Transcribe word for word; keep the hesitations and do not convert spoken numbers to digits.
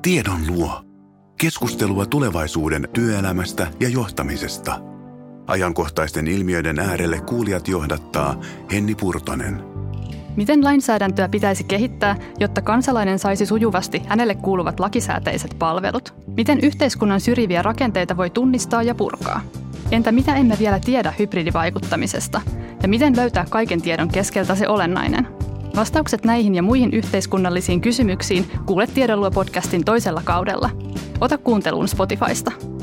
Tiedon luo. Keskustelua tulevaisuuden työelämästä ja johtamisesta. Ajankohtaisten ilmiöiden äärelle kuulijat johdattaa Henni Purtonen. Miten lainsäädäntöä pitäisi kehittää, jotta kansalainen saisi sujuvasti hänelle kuuluvat lakisääteiset palvelut? Miten yhteiskunnan syrjiviä rakenteita voi tunnistaa ja purkaa? Entä mitä emme vielä tiedä hybridivaikuttamisesta? Ja miten löytää kaiken tiedon keskeltä se olennainen? Vastaukset näihin ja muihin yhteiskunnallisiin kysymyksiin kuulet Tiedonluo-podcastin toisella kaudella. Ota kuunteluun Spotifysta.